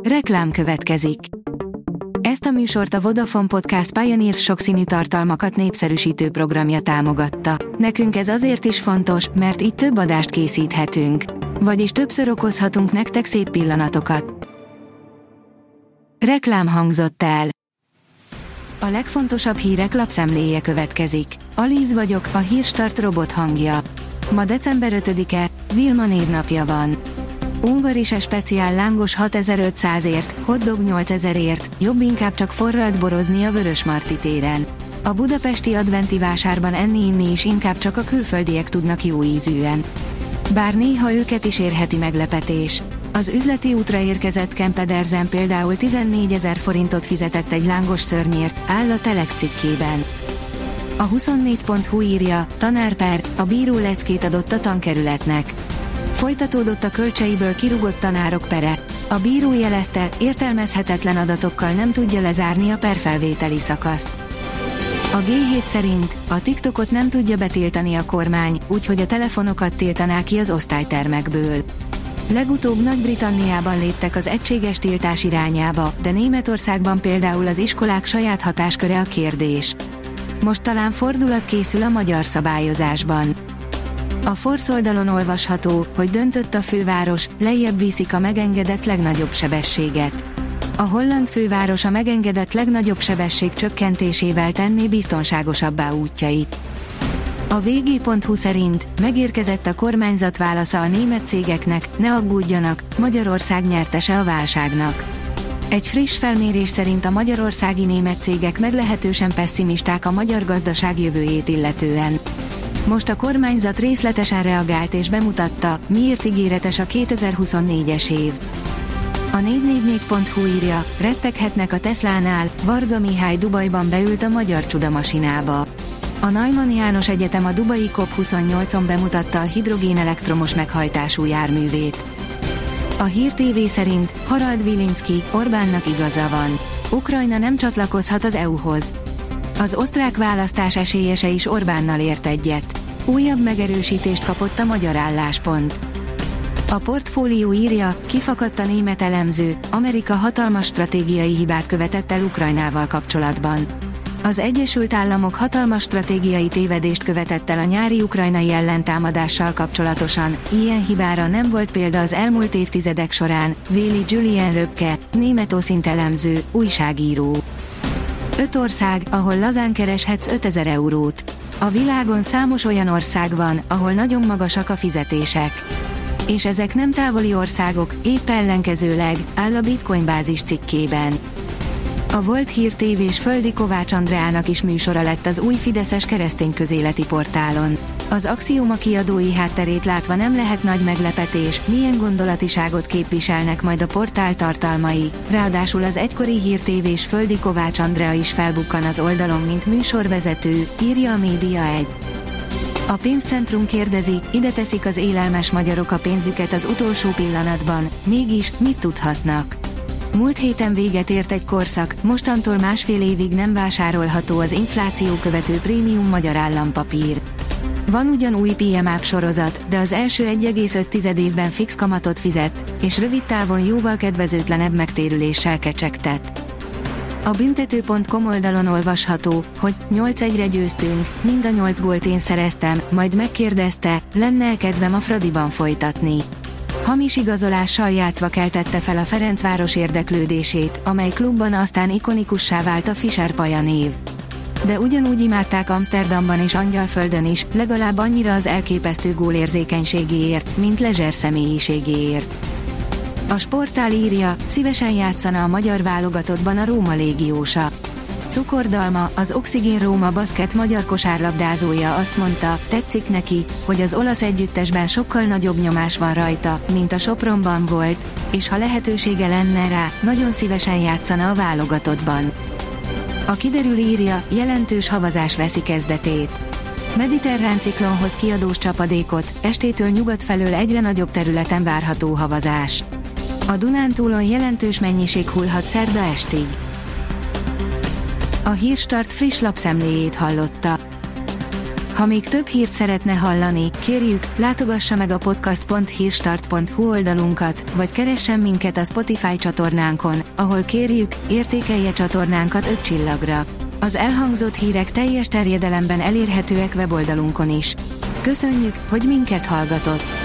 Reklám következik. Ezt a műsort a Vodafone Podcast Pioneer sokszínű tartalmakat népszerűsítő programja támogatta. Nekünk ez azért is fontos, mert így több adást készíthetünk. Vagyis többször okozhatunk nektek szép pillanatokat. Reklám hangzott el. A legfontosabb hírek lapszemléje következik. Alíz vagyok, a Hírstart robot hangja. Ma december 5-e, Vilma névnapja van. Ungarise speciál lángos 6500-ért, hotdog 8000-ért, jobb inkább csak forralt borozni a Vörösmarty téren. A budapesti adventi vásárban enni-inni is inkább csak a külföldiek tudnak jó ízűen. Bár néha őket is érheti meglepetés. Az üzleti útra érkezett Kempedersen például 14 000 forintot fizetett egy lángos szörnyért, áll a Telex cikkében. A 24.hu írja, tanárper, a bíró leckét adott a tankerületnek. Folytatódott a Kölcseiből kirúgott tanárok pere. A bíró jelezte, értelmezhetetlen adatokkal nem tudja lezárni a perfelvételi szakaszt. A G7 szerint a TikTokot nem tudja betiltani a kormány, úgyhogy a telefonokat tiltaná ki az osztálytermekből. Legutóbb Nagy-Britanniában léptek az egységes tiltás irányába, de Németországban például az iskolák saját hatásköre a kérdés. Most talán fordulat készül a magyar szabályozásban. A Force oldalon olvasható, hogy döntött a főváros, lejjebb viszik a megengedett legnagyobb sebességet. A holland főváros a megengedett legnagyobb sebesség csökkentésével tenné biztonságosabbá útjait. A vg.hu szerint megérkezett a kormányzat válasza a német cégeknek, ne aggódjanak, Magyarország nyertese a válságnak. Egy friss felmérés szerint a magyarországi német cégek meglehetősen pesszimisták a magyar gazdaság jövőjét illetően. Most a kormányzat részletesen reagált és bemutatta, miért ígéretes a 2024-es év. A 444.hu írja, retteghetnek a Teslánál, Varga Mihály Dubajban beült a magyar csudamasinába. A Neumann János Egyetem a dubai COP28-on bemutatta a hidrogén-elektromos meghajtású járművét. A Hír TV szerint Harald Wilimski, Orbánnak igaza van. Ukrajna nem csatlakozhat az EU-hoz. Az osztrák választás esélyese is Orbánnal ért egyet. Újabb megerősítést kapott a magyar álláspont. A Portfólió írja, kifakadt a német elemző, Amerika hatalmas stratégiai hibát követett el Ukrajnával kapcsolatban. Az Egyesült Államok hatalmas stratégiai tévedést követett el a nyári ukrajnai ellentámadással kapcsolatosan, ilyen hibára nem volt példa az elmúlt évtizedek során, véli Julien Röpke, német OSZINT elemző, újságíró. 5 ország, ahol lazán kereshetsz 5000 eurót. A világon számos olyan ország van, ahol nagyon magasak a fizetések. És ezek nem távoli országok, épp ellenkezőleg, áll a Bitcoin bázis cikkében. A Volt Hír TV-s Földi Kovács Andreának is műsora lett az új fideszes keresztényközéleti portálon. Az Axioma kiadói hátterét látva nem lehet nagy meglepetés, milyen gondolatiságot képviselnek majd a portál tartalmai, ráadásul az egykori Hír TV-s Földi Kovács Andrea is felbukkan az oldalon, mint műsorvezető, írja a Média 1. A pénzcentrum kérdezi, ide teszik az élelmes magyarok a pénzüket az utolsó pillanatban, mégis mit tudhatnak? Múlt héten véget ért egy korszak, mostantól másfél évig nem vásárolható az infláció követő prémium magyar állampapír. Van ugyan új PMAP sorozat, de az első 1,5 évben fix kamatot fizet, és rövid távon jóval kedvezőtlenebb megtérüléssel kecsegtet. A büntető.com oldalon olvasható, hogy 8-1-re győztünk, mind a 8 gólt én szereztem, majd megkérdezte, lenne-e kedvem a Fradiban folytatni. Hamis igazolással játszva keltette fel a Ferencváros érdeklődését, amely klubban aztán ikonikussá vált a Fischer Paja név. De ugyanúgy imádták Amsterdamban és Angyalföldön is, legalább annyira az elképesztő gólérzékenységéért, mint Lezser személyiségéért. A sportál írja, szívesen játszana a magyar válogatottban a Róma légiósa. Cukordalma, az Oxigén Róma baszket magyar kosárlabdázója azt mondta, tetszik neki, hogy az olasz együttesben sokkal nagyobb nyomás van rajta, mint a Sopronban volt, és ha lehetősége lenne rá, nagyon szívesen játszana a válogatottban. A Kiderül írja, jelentős havazás veszi kezdetét. Mediterrán ciklonhoz kiadós csapadékot, estétől nyugat felől egyre nagyobb területen várható havazás. A Dunántúlon jelentős mennyiség hullhat szerda estig. A Hírstart friss lapszemléjét hallotta. Ha még több hírt szeretne hallani, kérjük, látogassa meg a podcast.hírstart.hu oldalunkat, vagy keressen minket a Spotify csatornánkon, ahol kérjük, értékelje csatornánkat 5 csillagra. Az elhangzott hírek teljes terjedelemben elérhetőek weboldalunkon is. Köszönjük, hogy minket hallgatott!